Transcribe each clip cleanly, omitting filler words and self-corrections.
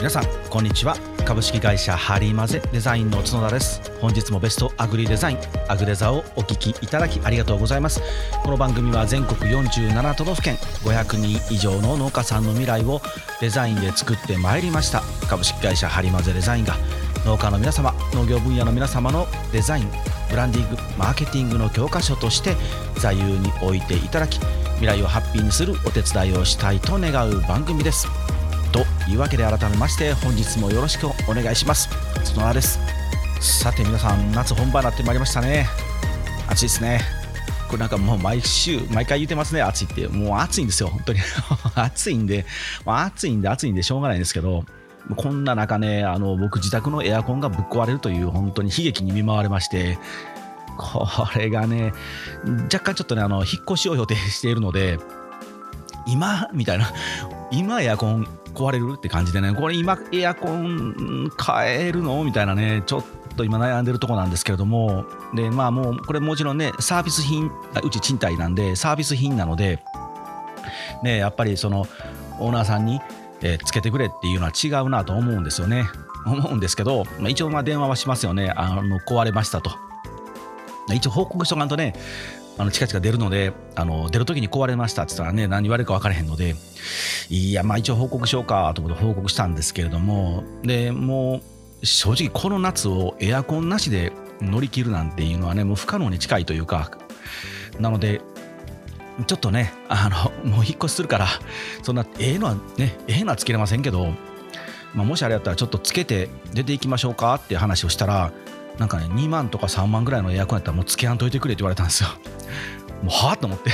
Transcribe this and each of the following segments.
皆さんこんにちは。株式会社ハリマゼデザインの角田です。本日もベストアグリデザインアグデザをお聞きいただきありがとうございます。この番組は全国47都道府県500人以上の農家さんの未来をデザインで作ってまいりました株式会社ハリマゼデザインが、農家の皆様、農業分野の皆様のデザイン、ブランディング、マーケティングの教科書として座右に置いていただき、未来をハッピーにするお手伝いをしたいと願う番組です。というわけで改めまして本日もよろしくお願いします。角田です。さて皆さん、夏本番になってまいりましたね。暑いですね。これなんかもう毎回言ってますね。暑いって。もう暑いんですよ本当に暑いんでしょうがないんですけど、こんな中ね、僕自宅のエアコンがぶっ壊れるという本当に悲劇に見舞われまして、これがね若干ちょっとね引っ越しを予定しているので、今エアコン壊れるって感じでね、これ今エアコン変えるのみたいなね、ちょっと今悩んでるとこなんですけれども、でもうこれもちろんねサービス品、うち賃貸なんでサービス品なのでね、やっぱりそのオーナーさんにつけてくれっていうのは違うなと思うんですけど、一応電話はしますよね。壊れましたと一応報告しとかんとね、近々出るので、出るときに壊れましたって言ったらね、何言われるか分からへんので、一応報告しようかと思って報告したんですけれども、でもう正直この夏をエアコンなしで乗り切るなんていうのはね、もう不可能に近いというか、なのでちょっとねもう引っ越しするから、そんなええのはつけれませんけど、もしあれやったらちょっとつけて出ていきましょうかっていう話をしたら、なんかね2万とか3万ぐらいのエアコンやったらもうつけやんといてくれって言われたんですよ。もうはぁと思って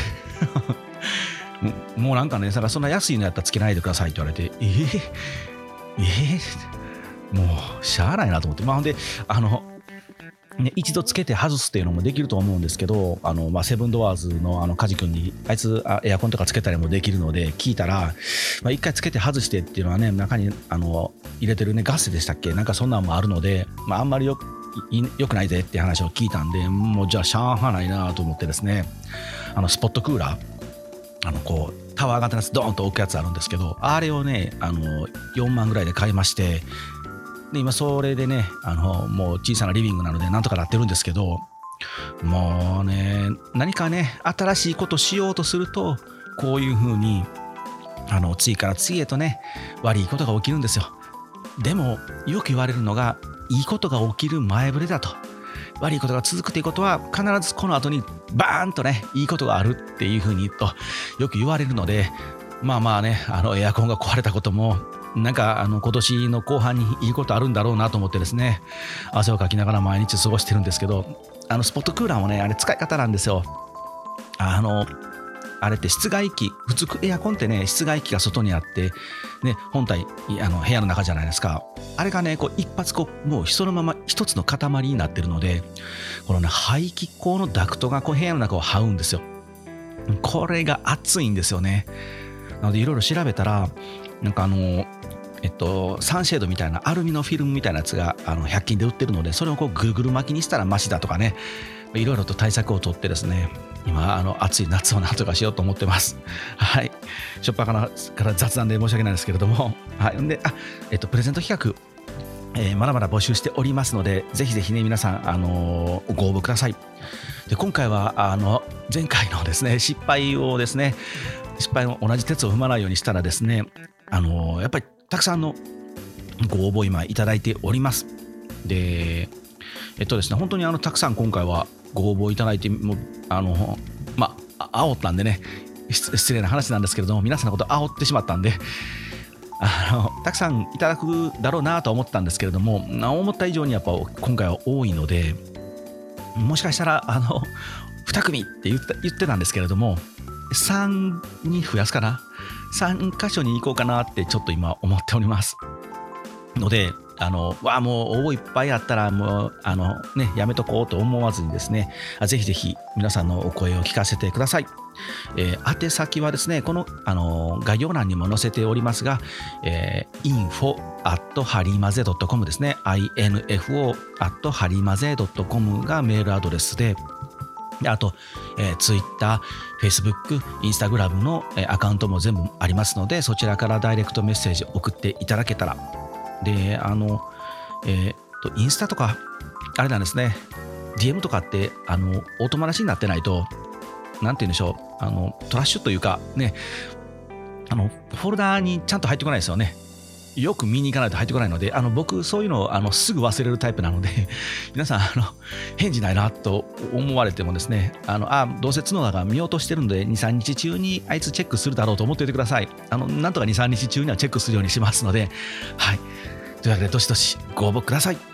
もうなんかね、そんな安いのやったらつけないでくださいって言われて、もうしゃあないなと思って、ほんで一度つけて外すっていうのもできると思うんですけど、セブンドアーズの梶君にあいつエアコンとかつけたりもできるので聞いたら、一回つけて外してっていうのはね、中に入れてるねガスでしたっけ、なんかそんなんもあるので、あんまりよくないぜって話を聞いたんで、もうじゃあしゃあないなと思ってですね、スポットクーラーこうタワー型のやつドーンと置くやつあるんですけど、あれをね4万ぐらいで買いまして、で今それでねもう小さなリビングなのでなんとかなってるんですけど、もうね何かね新しいことしようとするとこういう風に次から次へとね悪いことが起きるんですよ。でもよく言われるのが、いいことが起きる前触れだと、悪いことが続くということは必ずこの後にバーンとねいいことがあるっていう風にとよく言われるので、ねエアコンが壊れたこともなんか今年の後半にいいことあるんだろうなと思ってですね、汗をかきながら毎日過ごしてるんですけど、スポットクーラーもねあれ使い方なんですよ。あれって室外機、普通エアコンってね室外機が外にあってね、本体部屋の中じゃないですか。あれがね一発もうそのまま一つの塊になってるので、このね排気口のダクトが部屋の中を這うんですよ。これが熱いんですよね。なのでいろいろ調べたら、なんかサンシェードみたいなアルミのフィルムみたいなやつが100均で売ってるので、それをぐるぐる巻きにしたらマシだとかね、いろいろと対策を取ってですね、今暑い夏をなんとかしようと思ってます。はい、しょっぱから雑談で申し訳ないですけれども、はい。でプレゼント企画、まだまだ募集しておりますので、ぜひぜひね皆さんご応募ください。で今回は前回のですね失敗を同じ鉄を踏まないようにしたらですね、やっぱりたくさんのご応募今いただいております。でですね、本当にたくさん今回はご応募いただいて、もう煽ったんでね、失礼な話なんですけれども、皆さんのこと煽ってしまったんでたくさんいただくだろうなと思ったんですけれども、思った以上にやっぱ今回は多いので、もしかしたら2組って言ってたんですけれども、3に増やすかな、3箇所に行こうかなってちょっと今思っておりますので、もう応募いっぱいあったらもうやめとこうと思わずにですね、ぜひぜひ皆さんのお声を聞かせてください。宛先はですね、この概要欄にも載せておりますが、info@harimaze.com ですね。info@harimaze.com がメールアドレスで、あと、Twitter、Facebook、Instagram のアカウントも全部ありますので、そちらからダイレクトメッセージ送っていただけたらでインスタとかあれなんですね、 DM とかってお友達になってないと、なんて言うんでしょう、トラッシュというかね、フォルダーにちゃんと入ってこないですよね。よく見に行かないと入ってこないので、僕そういうのをすぐ忘れるタイプなので皆さん返事ないなと思われてもですね、どうせ角田が見落としてるので 2,3 日中にあいつチェックするだろうと思っておいてください。なんとか 2,3 日中にはチェックするようにしますので、はい、というわけでどしどしご応募ください。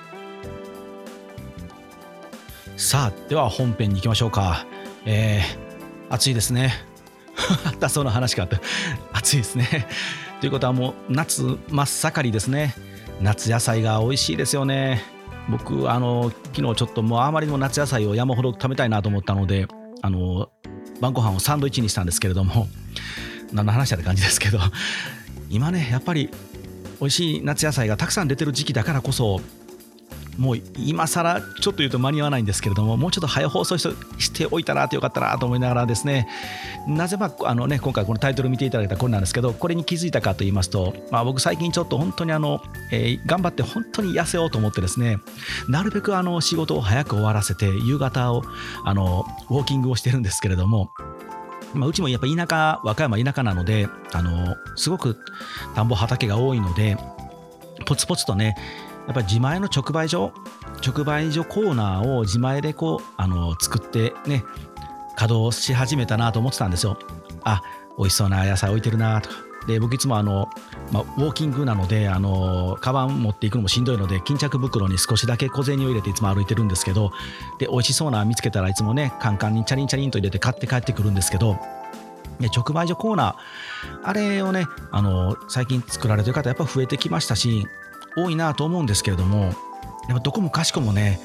さあ、では本編に行きましょうか。暑いですねだそうな話があって暑いですねということはもう夏真っ盛りですね。夏野菜が美味しいですよね。僕昨日ちょっともうあまりにも夏野菜を山ほど食べたいなと思ったので晩ご飯をサンドイッチにしたんですけれども、何の話やって感じですけど、今ねやっぱり美味しい夏野菜がたくさん出てる時期だからこそ、もう今更ちょっと言うと間に合わないんですけれども、もうちょっと早放送しておいたらよかったなと思いながらですね、なぜ今回このタイトル見ていただいたこれなんですけど、これに気づいたかと言いますと、僕最近ちょっと本当に頑張って本当に痩せようと思ってですね、なるべく仕事を早く終わらせて夕方をウォーキングをしてるんですけれども、うちもやっぱ和歌山田舎なので、すごく田んぼ畑が多いので、ポツポツとね、やっぱり自前の直売所コーナーを自前で作ってね、稼働し始めたなと思ってたんですよ。美味しそうな野菜置いてるなとかで、僕いつもウォーキングなのでカバン持っていくのもしんどいので、巾着袋に少しだけ小銭を入れていつも歩いてるんですけど、で美味しそうな見つけたらいつもねカンカンにチャリンチャリンと入れて買って帰ってくるんですけど、直売所コーナーあれをね最近作られてる方やっぱ増えてきましたし、多いなと思うんですけれども、やっぱどこもかしこもね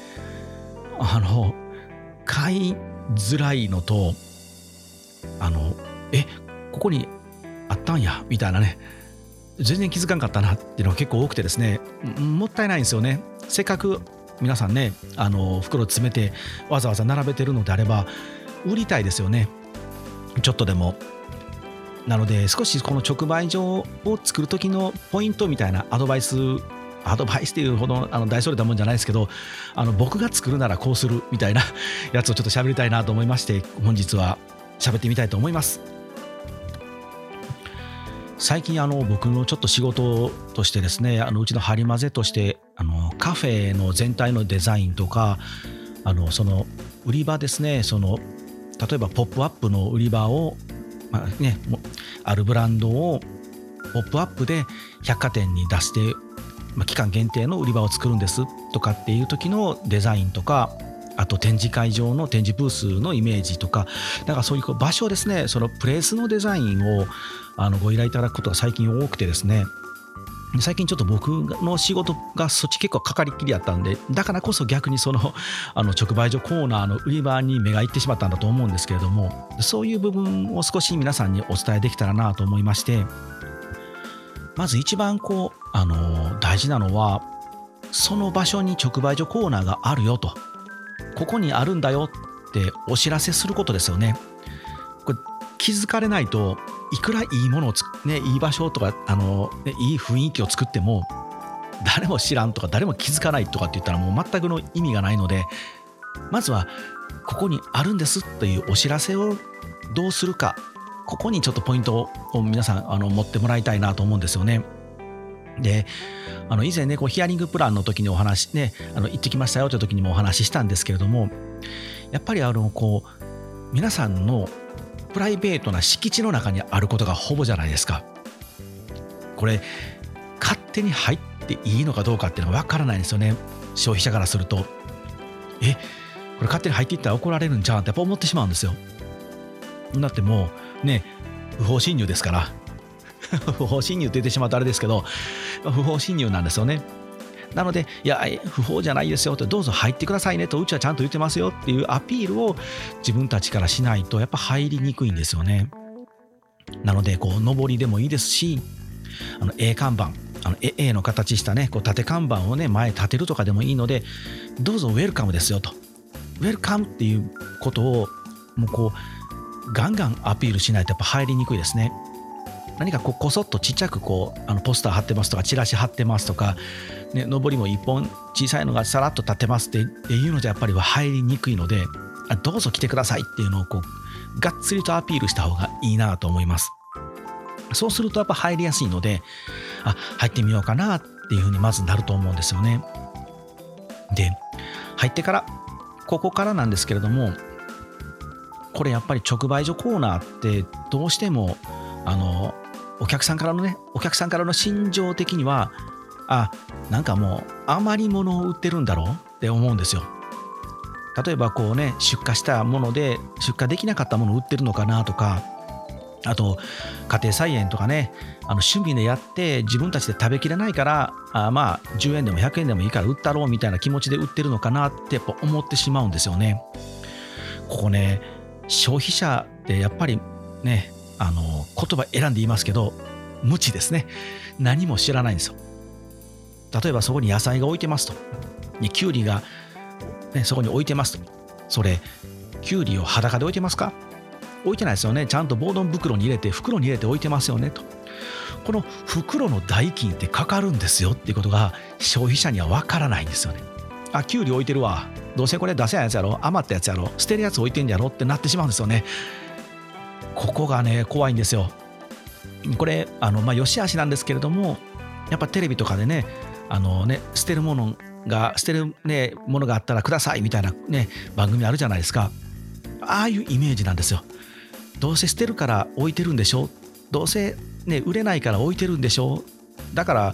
買いづらいのと、ここにあったんやみたいなね、全然気づかんかったなっていうのが結構多くてですね、もったいないんですよね。せっかく皆さんね袋詰めてわざわざ並べてるのであれば売りたいですよね、ちょっとでも。なので少しこの直売所を作る時のポイントみたいなアドバイスっていうほど大それたもんじゃないですけど、僕が作るならこうするみたいなやつをちょっと喋りたいなと思いまして、本日は喋ってみたいと思います。最近僕のちょっと仕事としてですね、うちのハリマゼとしてカフェの全体のデザインとかその売り場ですね、例えばポップアップの売り場をあるブランドをポップアップで百貨店に出して、期間限定の売り場を作るんですとかっていう時のデザインとか、あと展示会場の展示ブースのイメージとか、だからそういう場所ですね、そのプレイスのデザインをご依頼いただくことが最近多くてですね、最近ちょっと僕の仕事がそっち結構かかりっきりやったんで、だからこそ逆に直売所コーナーの売り場に目がいってしまったんだと思うんですけれども、そういう部分を少し皆さんにお伝えできたらなと思いまして、まず一番大事なのは、その場所に直売所コーナーがあるよと、ここにあるんだよってお知らせすることですよね。これ気づかれないと、いくらいいものをいい場所とかいい雰囲気を作っても誰も知らんとか誰も気づかないとかって言ったらもう全くの意味がないので、まずはここにあるんですというお知らせをどうするか、ここにちょっとポイントを皆さん持ってもらいたいなと思うんですよね。で以前ねヒアリングプランの時にお話ね行ってきましたよという時にもお話ししたんですけれども、やっぱり皆さんのプライベートな敷地の中にあることがほぼじゃないですか。これ勝手に入っていいのかどうかっていうのが分からないんですよね、消費者からすると。これ勝手に入っていったら怒られるんじゃんってやっぱ思ってしまうんですよ。だってもうね不法侵入ですから不法侵入って言ってしまうとあれですけど、不法侵入なんですよね。なので不法じゃないですよって、どうぞ入ってくださいねとうちはちゃんと言ってますよっていうアピールを自分たちからしないとやっぱ入りにくいんですよね。なので上りでもいいですし、看板A の形したね縦看板をね前立てるとかでもいいので、どうぞウェルカムですよと、ウェルカムっていうことをもうガンガンアピールしないとやっぱ入りにくいですね。 何かこそっとちっちゃくポスター貼ってますとかチラシ貼ってますとか、ね、上りも一本小さいのがさらっと立ってますっていうのじゃやっぱりは入りにくいので、どうぞ来てくださいっていうのをがっつりとアピールした方がいいなと思います。そうするとやっぱ入りやすいので、入ってみようかなっていうふうにまずなると思うんですよね。で、入ってからここからなんですけれども、これやっぱり直売所コーナーってどうしてもお客さんからの心情的にはなんかもう余り物を売ってるんだろうって思うんですよ。例えば出荷したもので出荷できなかったものを売ってるのかなとか、あと家庭菜園とかね、趣味でやって自分たちで食べきれないから10円でも100円でもいいから売ったろうみたいな気持ちで売ってるのかなってやっぱ思ってしまうんですよね。ここね、消費者ってやっぱりね、言葉選んで言いますけど無知ですね。何も知らないんですよ。例えばそこに野菜が置いてますと、きゅうりが、そこに置いてますと、それきゅうりを裸で置いてますか？置いてないですよね。ちゃんとボード袋に入れて置いてますよねと。この袋の代金ってかかるんですよっていうことが消費者には分からないんですよね。きゅうり置いてるわ、どうせこれ出せないやつやろ、余ったやつやろ、捨てるやつ置いてんやろってなってしまうんですよね。ここがね怖いんですよ。これ良し悪しなんですけれども、やっぱテレビとかでね捨てるものがあったらくださいみたいな番組あるじゃないですか。ああいうイメージなんですよ。どうせ捨てるから置いてるんでしょ、どうせ売れないから置いてるんでしょ、だから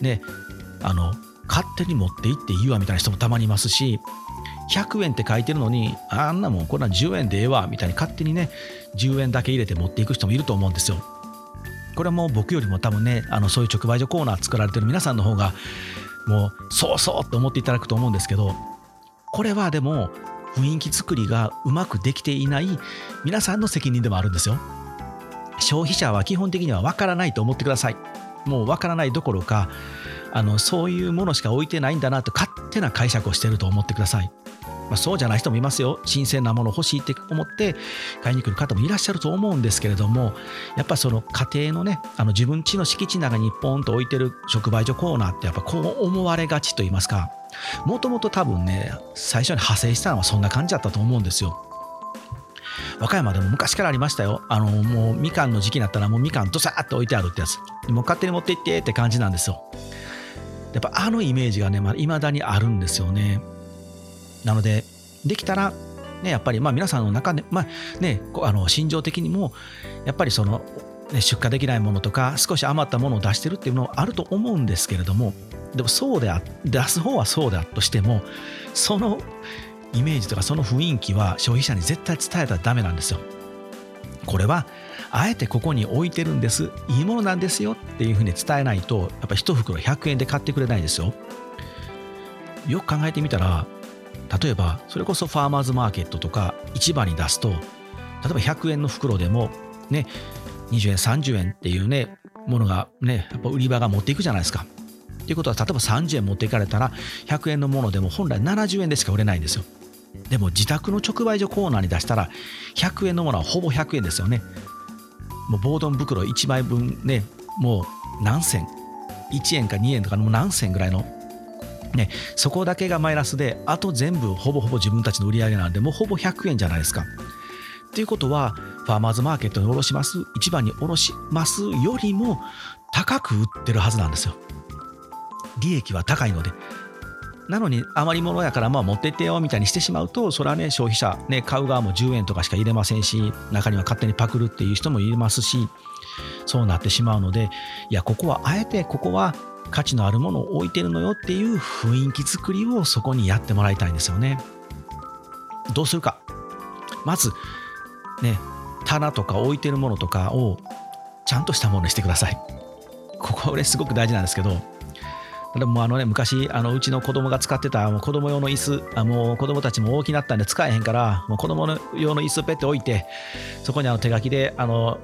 勝手に持って行っていいわみたいな人もたまにいますし、100円って書いてるのにあんなもんこれは10円でええわみたいに勝手に10円だけ入れて持っていく人もいると思うんですよ。これはもう僕よりも多分そういう直売所コーナー作られてる皆さんの方がもうそうと思っていただくと思うんですけど、これはでも雰囲気作りがうまくできていない皆さんの責任でもあるんですよ。消費者は基本的には分からないと思ってください。もう分からないどころかそういうものしか置いてないんだなと勝手な解釈をしていると思ってください。そうじゃない人もいますよ。新鮮なもの欲しいって思って買いに来る方もいらっしゃると思うんですけれども、やっぱその家庭の自分家の敷地の中にポンと置いてる直売所コーナーってやっぱこう思われがちと言いますか、もともと多分最初に派生したのはそんな感じだったと思うんですよ。和歌山でも昔からありましたよ。もうみかんの時期になったらもうみかんドサーッと置いてあるってやつ、もう勝手に持って行ってって感じなんですよ。やっぱイメージが未だにあるんですよね。なのでできたらやっぱり皆さんの中で心情的にもやっぱり出荷できないものとか少し余ったものを出してるっていうのはあると思うんですけれども、でも出す方はそうだとしても、そのイメージとかその雰囲気は消費者に絶対伝えたらダメなんですよ。これはあえてここに置いてるんです、いいものなんですよっていうふうに伝えないと、やっぱ1袋100円で買ってくれないですよ。よく考えてみたら、例えばそれこそファーマーズマーケットとか市場に出すと、例えば100円の袋でも20円30円っていうものがやっぱ売り場が持っていくじゃないですか。ということは例えば30円持っていかれたら100円のものでも本来70円でしか売れないんですよ。でも自宅の直売所コーナーに出したら100円のものはほぼ100円ですよね。もうボードン袋1枚分もう何銭、1円か2円とかもう何銭ぐらいのそこだけがマイナスで、あと全部ほぼほぼ自分たちの売り上げなんで、もうほぼ100円じゃないですか。っていうことはファーマーズマーケットに卸します、市場に卸しますよりも高く売ってるはずなんですよ。利益は高いので。なのに余り物やから持ってってよみたいにしてしまうと、それは消費者買う側も10円とかしか入れませんし、中には勝手にパクるっていう人もいますし、そうなってしまうので、いやここはあえて価値のあるものを置いてるのよっていう雰囲気作りをそこにやってもらいたいんですよね。どうするか、まず棚とか置いてるものとかをちゃんとしたものにしてください。ここすごく大事なんですけど、でも昔うちの子供が使ってた子供用の椅子、もう子供たちも大きくなったんで使えへんから、もう子供用の椅子をペッて置いて、そこに手書きで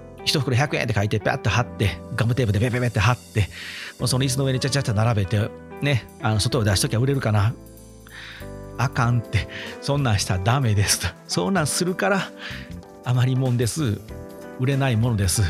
1袋100円って書いてペッて貼って、ガムテープでペペペって貼って、もうその椅子の上にちゃちゃっと並べて外を出しときゃ売れるかな。あかんって、そんなんしたらダメですと。そんなんするから余りもんです、売れないものです。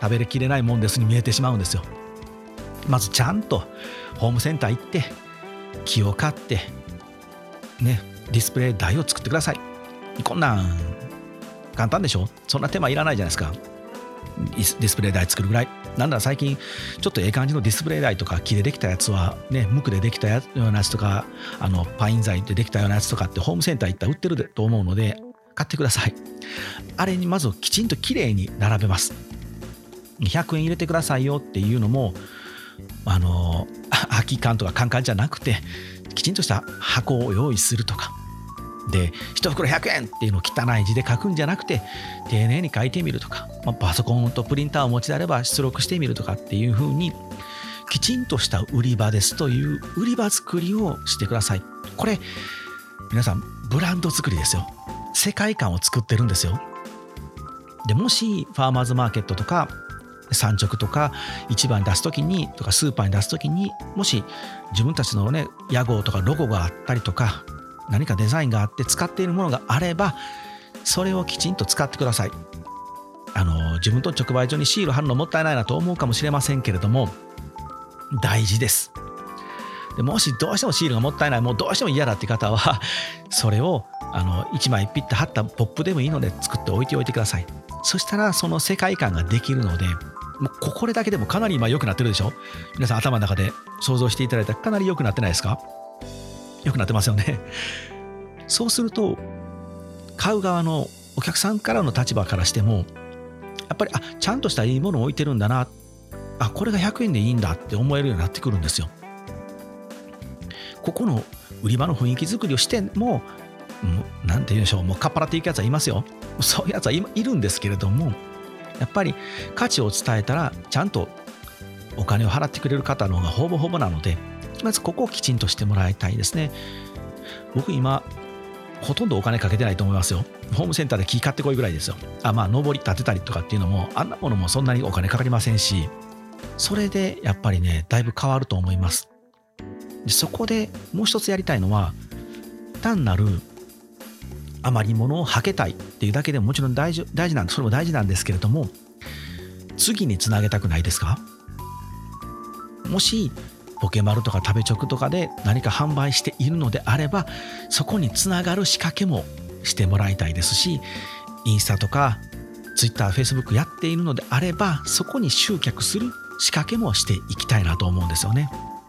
食べきれないもんですに見えてしまうんですよ。まずちゃんとホームセンター行って木を買ってね、ディスプレイ台を作ってください。こんなん簡単でしょ。そんな手間いらないじゃないですか。ディスプレイ台作るぐらいなんだら、最近ちょっとええ感じのディスプレイ台とか木でできたやつはね、木でできたようなやつとかパイン材でできたようなやつとかってホームセンター行ったら売ってると思うので買ってください。あれにまずきちんときれいに並べます。100円入れてくださいよっていうのも空き缶とかカンカンじゃなくて、きちんとした箱を用意するとかで、1袋100円っていうのを汚い字で書くんじゃなくて丁寧に書いてみるとか、パソコンとプリンターをお持ちであれば出力してみるとかっていう風に、きちんとした売り場ですという売り場作りをしてください。これ皆さんブランド作りですよ。世界観を作ってるんですよ。でもしファーマーズマーケットとか産直とか市場に出すときにとかスーパーに出すときに、もし自分たちのね屋号とかロゴがあったりとか何かデザインがあって使っているものがあれば、それをきちんと使ってください。自分と直売所にシール貼るのもったいないなと思うかもしれませんけれども、大事です。でもしどうしてもシールがもったいない、もうどうしても嫌だって方はそれを1枚ピッて貼ったポップでもいいので作って置いておいてください。そしたらその世界観ができるので、もうこれだけでもかなり今良くなってるでしょ。皆さん頭の中で想像していただいたらかなり良くなってないですか。良くなってますよね。そうすると買う側のお客さんからの立場からしても、やっぱりちゃんとしたいいものを置いてるんだな、これが100円でいいんだって思えるようになってくるんですよ。ここの売り場の雰囲気作りをしても、なんて言うんでしょう、もうかっぱらっていくやつはいますよ。そういうやつはいるんですけれども、やっぱり価値を伝えたらちゃんとお金を払ってくれる方の方がほぼほぼなので、まずここをきちんとしてもらいたいですね。僕今ほとんどお金かけてないと思いますよ。ホームセンターで木買ってこいぐらいですよ。上り立てたりとかっていうのも、あんなものもそんなにお金かかりませんし、それでやっぱりねだいぶ変わると思います。でそこでもう一つやりたいのは、単なる余り物をはけたいっていうだけでももちろん大事なんで、それも大事なんですけれども、次につなげたくないですか。もしポケマルとか食べチョクとかで何か販売しているのであれば、そこにつながる仕掛けもしてもらいたいですし、インスタとかツイッター、フェイスブックやっているのであれば、そこに集客する仕掛けもしていきたいなと思うんですよね。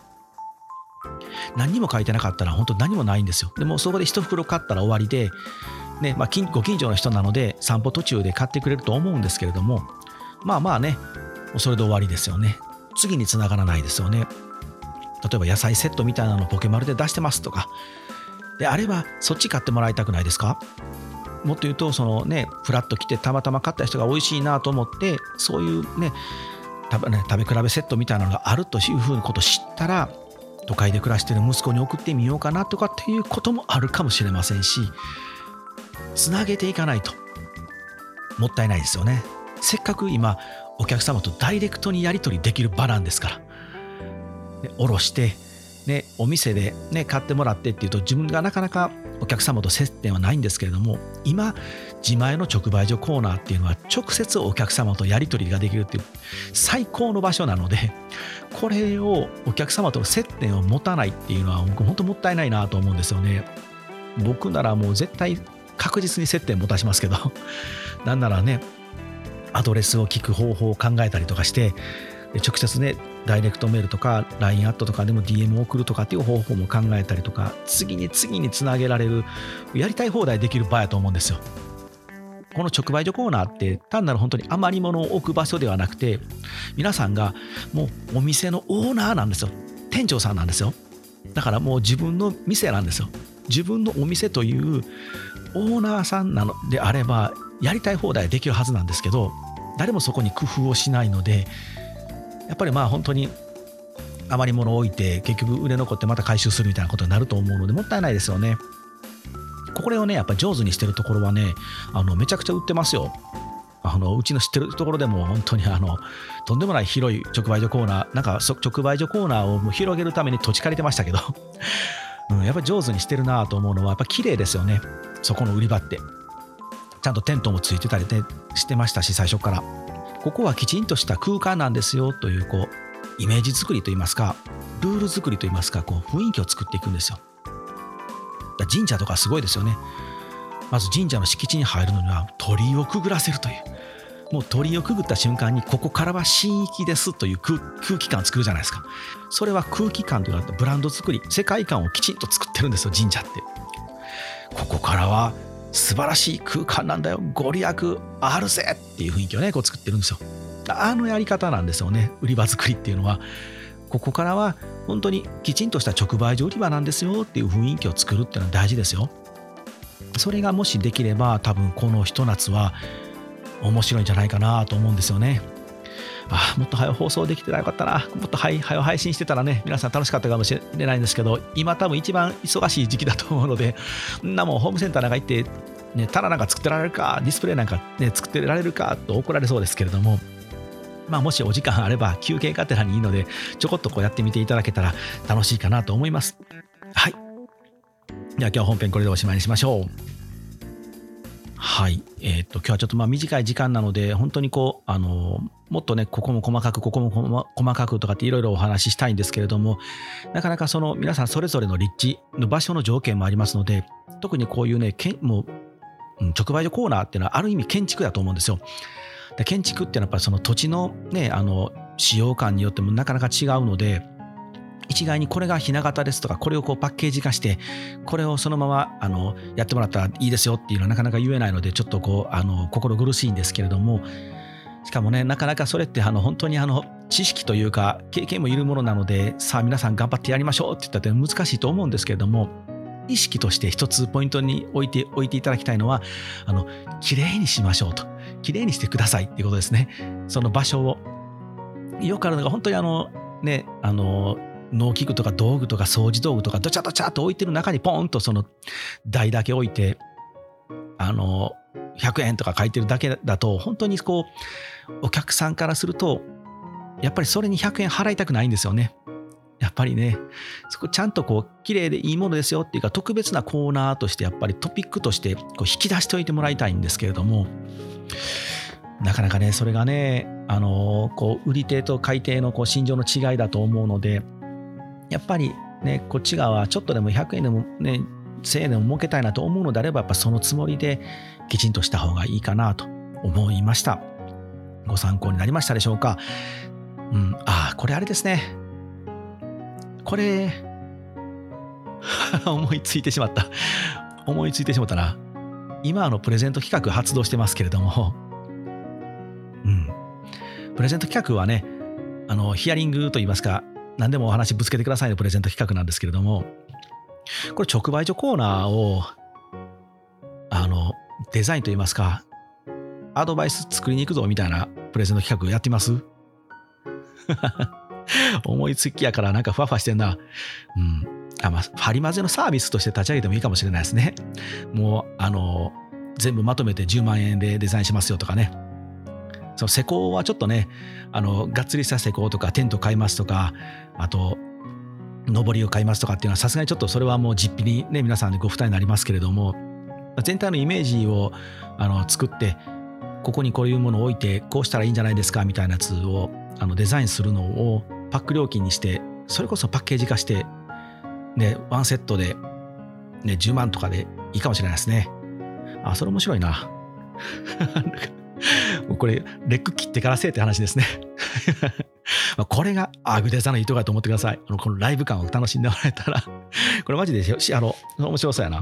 何にも書いてなかったら本当何もないんですよ。でもそこで一袋買ったら終わりで、ご近所の人なので散歩途中で買ってくれると思うんですけれども、それで終わりですよね。次につながらないですよね。例えば野菜セットみたいなのをポケマルで出してますとかであれば、そっち買ってもらいたくないですか。もっと言うとフラッと来てたまたま買った人が美味しいなと思って、そういう食べ比べセットみたいなのがあるというふうなことを知ったら、都会で暮らしている息子に送ってみようかなとかっていうこともあるかもしれませんし、つなげていかないともったいないですよね。せっかく今お客様とダイレクトにやり取りできる場なんですから、おろして、お店で、買ってもらってっていうと、自分がなかなかお客様と接点はないんですけれども、今自前の直売所コーナーっていうのは直接お客様とやり取りができるっていう最高の場所なので、これをお客様との接点を持たないっていうのは僕本当もったいないなと思うんですよね。僕ならもう絶対確実に接点持たしますけどなんならアドレスを聞く方法を考えたりとかして、直接ダイレクトメールとか LINE アットとかでも DM を送るとかっていう方法も考えたりとか、次につなげられる、やりたい放題できる場やと思うんですよ。この直売所コーナーって単なる本当に余り物を置く場所ではなくて、皆さんがもうお店のオーナーなんですよ。店長さんなんですよ。だからもう自分の店なんですよ。自分のお店というオーナーさんなのであればやりたい放題できるはずなんですけど、誰もそこに工夫をしないので、やっぱり本当に余り物を置いて結局売れ残ってまた回収するみたいなことになると思うので、もったいないですよね。これをやっぱり上手にしてるところはめちゃくちゃ売ってますよ。うちの知ってるところでも本当にとんでもない広い直売所コーナー、直売所コーナーをもう広げるために土地借りてましたけどやっぱり上手にしてるなと思うのは、やっぱ綺麗ですよね。そこの売り場ってちゃんとテントもついてたりしてましたし、最初からここはきちんとした空間なんですよというイメージ作りといいますか、ルール作りといいますか、雰囲気を作っていくんですよ。神社とかすごいですよね。まず神社の敷地に入るのには鳥居をくぐらせるという、もう鳥居をくぐった瞬間にここからは神域ですという空気感を作るじゃないですか。それは空気感というかブランド作り、世界観をきちんと作ってるんですよ、神社って。ここからは素晴らしい空間なんだよ、ご利益あるぜっていう雰囲気をね作ってるんですよ。やり方なんですよね、売り場作りっていうのは。ここからは本当にきちんとした直売所売り場なんですよっていう雰囲気を作るっていうのは大事ですよ。それがもしできれば多分このひと夏は面白いんじゃないかなと思うんですよね。もっと早く放送できてたらよかったな、もっと早く配信してたらね、皆さん楽しかったかもしれないんですけど、今多分一番忙しい時期だと思うので、もうホームセンターなんか行って、ね、棚なんか作ってられるか、ディスプレイなんか、ね、作ってられるかと怒られそうですけれども、もしお時間あれば休憩がてらにいいのでちょこっとやってみていただけたら楽しいかなと思います。はい。では今日は本編これでおしまいにしましょう。はい。今日はちょっと短い時間なので本当にもっとねここも細かくここも細かくとかっていろいろお話ししたいんですけれども、なかなか皆さんそれぞれの立地の場所の条件もありますので、特にこういうねもう直売所コーナーっていうのはある意味建築だと思うんですよ。で建築っていうのはやっぱりその土地のね使用感によってもなかなか違うので、一概にこれがひな形ですとかこれをパッケージ化してこれをそのままやってもらったらいいですよっていうのはなかなか言えないのでちょっと心苦しいんですけれども、しかもねなかなかそれって本当に知識というか経験もいるものなので、さあ皆さん頑張ってやりましょうって言ったら難しいと思うんですけれども、意識として一つポイントに置いていただきたいのはきれいにしましょうと、きれいにしてくださいっていうことですね。その場所をよくあるのが本当に農機具とか道具とか掃除道具とかドチャドチャっと置いてる中にポンとその台だけ置いて100円とか書いてるだけだと本当にお客さんからするとやっぱりそれに100円払いたくないんですよね。やっぱりねそこちゃんと綺麗でいいものですよっていうか特別なコーナーとしてやっぱりトピックとして引き出しておいてもらいたいんですけれども、なかなかねそれがね売り手と買い手の心情の違いだと思うので、やっぱりねこっち側はちょっとでも100円でもね1000円でも儲けたいなと思うのであればやっぱそのつもりできちんとした方がいいかなと思いました。ご参考になりましたでしょうか。これあれですね、これ思いついてしまったな。今プレゼント企画発動してますけれども、プレゼント企画はねヒアリングといいますか何でもお話ぶつけてくださいのプレゼント企画なんですけれども、これ直売所コーナーをデザインといいますかアドバイス作りに行くぞみたいなプレゼント企画やってます思いつきやからなんかふわふわしてんな。ハリマゼのサービスとして立ち上げてもいいかもしれないですね。もう全部まとめて10万円でデザインしますよとかね。その施工はちょっとねがっつりした施工とかテント買いますとか、あと上りを買いますとかっていうのはさすがにちょっとそれはもう実費にね皆さんでご負担になりますけれども、全体のイメージを作ってここにこういうものを置いてこうしたらいいんじゃないですかみたいなやつをデザインするのをパック料金にして、それこそパッケージ化してねワンセットで、ね、10万とかでいいかもしれないですね。それ面白いなこれレック切ってからせえって話ですねこれがアグデザのいいとこだと思ってください。このライブ感を楽しんでもらえたらこれマジで面白そうやな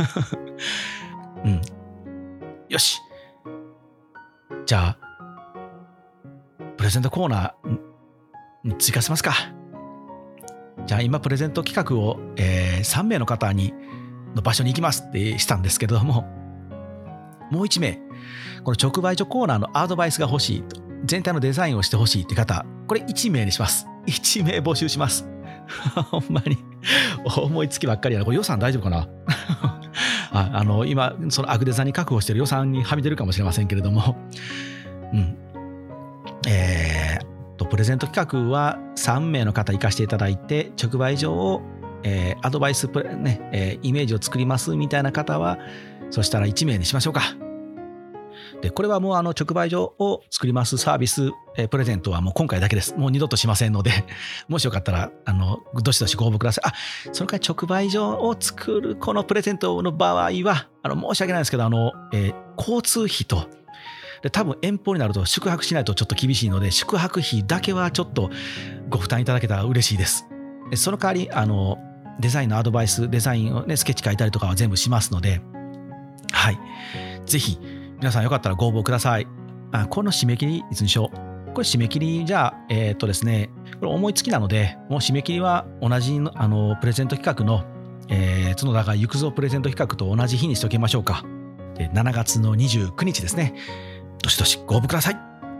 よし、じゃあプレゼントコーナーに追加しますか。じゃあ今プレゼント企画を、3名の方の場所に行きますってしたんですけれども、もう1名この直売所コーナーのアドバイスが欲しいと、全体のデザインをしてほしいって方、これ1名にします。1名募集しますほんまに思いつきばっかりやな。これ予算大丈夫かな今そのアグデザに確保してる予算にはみ出るかもしれませんけれども、プレゼント企画は3名の方行かせていただいて、直売所を、アドバイスイメージを作りますみたいな方はそしたら1名にしましょうか。 でこれはもう直売所を作りますサービス、プレゼントはもう今回だけです。もう二度としませんのでもしよかったらどしどしご応募ください。その代わり直売所を作るこのプレゼントの場合は申し訳ないんですけど交通費とで多分遠方になると宿泊しないとちょっと厳しいので宿泊費だけはちょっとご負担いただけたら嬉しいです。その代わりデザインのアドバイスデザインをねスケッチ書いたりとかは全部しますので、はい、ぜひ皆さんよかったらご応募ください。この締め切りいつにしよう。これ締め切りじゃあですねこれ思いつきなのでもう締め切りは同じプレゼント企画の、角田が行くぞプレゼント企画と同じ日にしておきましょうか。で7月の29日ですね。どしどしご応募ください。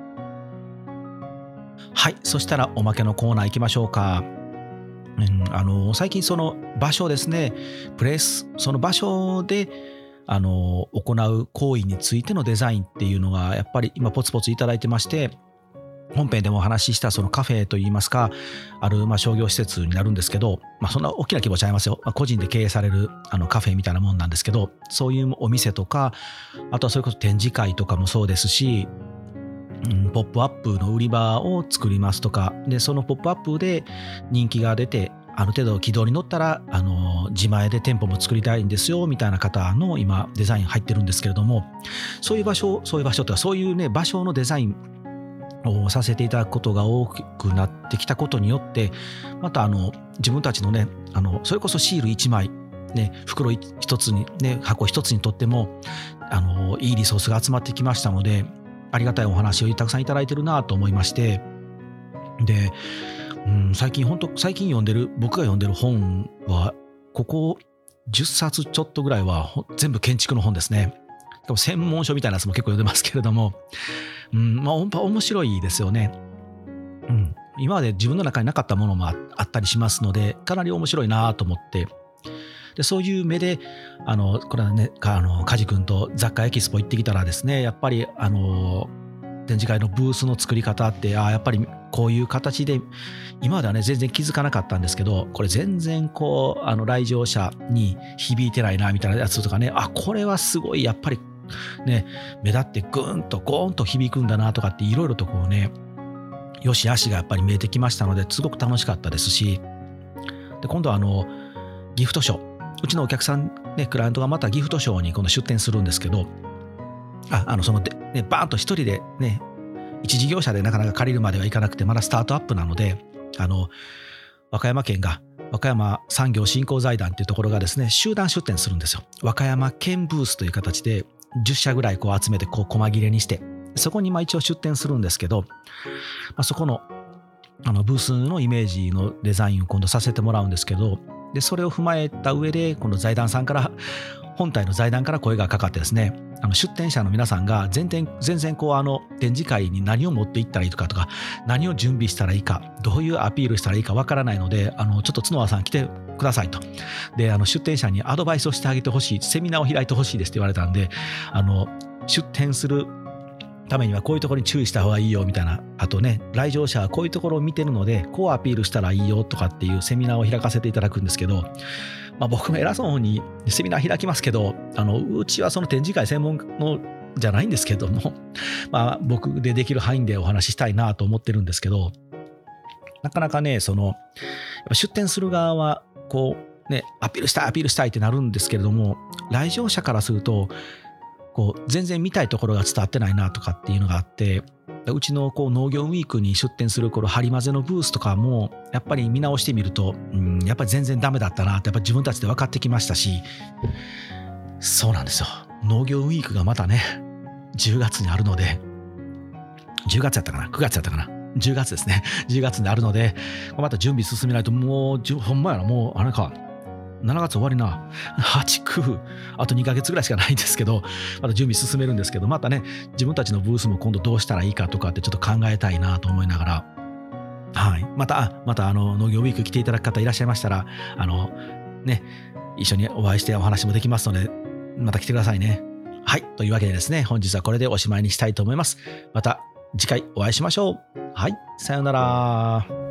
はい、そしたらおまけのコーナー行きましょうか。最近その場所ですねプレイスその場所で行う行為についてのデザインっていうのがやっぱり今ポツポツいただいてまして、本編でもお話ししたそのカフェといいますか商業施設になるんですけど、そんな大きな規模ちゃいますよ。個人で経営されるカフェみたいなもんなんですけど、そういうお店とかあとはそれこそ展示会とかもそうですし、ポップアップの売り場を作りますとかで、そのポップアップで人気が出てある程度軌道に乗ったら自前で店舗も作りたいんですよみたいな方の今デザイン入ってるんですけれども、そういう場所とかそういうね場所のデザインをさせていただくことが多くなってきたことによって、また自分たちのねそれこそシール1枚ね袋1つにね箱1つにとってもいいリソースが集まってきましたので、ありがたいお話をたくさんいただいてるなと思いまして、で最近僕が読んでる本はここ10冊ちょっとぐらいは全部建築の本ですね。専門書みたいなやつも結構読んでますけれども、面白いですよね。今まで自分の中になかったものもあったりしますので、かなり面白いなと思って、でそういう目でこれはね梶君と雑貨エキスポ行ってきたらですね、やっぱり展示会のブースの作り方ってやっぱりこういう形で今まではね全然気づかなかったんですけど、これ全然来場者に響いてないなみたいなやつとかね、これはすごいやっぱりね目立ってグーンとゴーンと響くんだなとかっていろいろとよしあしがやっぱり見えてきましたので、すごく楽しかったですし、で今度はギフトショー、うちのお客さんねクライアントがまたギフトショーに今度出店するんですけど、バーンと一人でね一事業者でなかなか借りるまではいかなくて、まだスタートアップなので和歌山県が和歌山産業振興財団っていうところがですね集団出店するんですよ。和歌山県ブースという形で10社ぐらい集めて細切れにして、そこに一応出店するんですけど、そこのブースのイメージのデザインを今度させてもらうんですけど、でそれを踏まえた上で今度本体の財団から声がかかってですね、出展者の皆さんが全然展示会に何を持っていったらいいとか何を準備したらいいか、どういうアピールしたらいいかわからないので、ちょっと角田さん来てくださいと。で出展者にアドバイスをしてあげてほしい、セミナーを開いてほしいですって言われたんで、出展するためにはこういうところに注意した方がいいよみたいな、あとね来場者はこういうところを見てるのでこうアピールしたらいいよとかっていうセミナーを開かせていただくんですけど、僕も偉そうにセミナー開きますけど、うちはその展示会専門のじゃないんですけども、僕でできる範囲でお話ししたいなと思ってるんですけど、なかなかねやっぱ出展する側はアピールしたいってなるんですけれども、来場者からすると全然見たいところが伝わってないなとかっていうのがあって、うちの農業ウィークに出展するハリマゼのブースとかもやっぱり見直してみると、やっぱり全然ダメだったなってやっぱ自分たちで分かってきましたし、そうなんですよ。農業ウィークがまたね10月にあるので、10月やったかな9月やったかな10月ですね10月にあるので、また準備進めないともうほんまやな、もうあれか7月終わりな、8、9あと2ヶ月ぐらいしかないんですけど、また準備進めるんですけど、またね自分たちのブースも今度どうしたらいいかとかってちょっと考えたいなと思いながら、また農業ウィーク来ていただく方いらっしゃいましたら一緒にお会いしてお話もできますので、また来てくださいね。はい、というわけでですね、本日はこれでおしまいにしたいと思います。また次回お会いしましょう。はい、さようなら。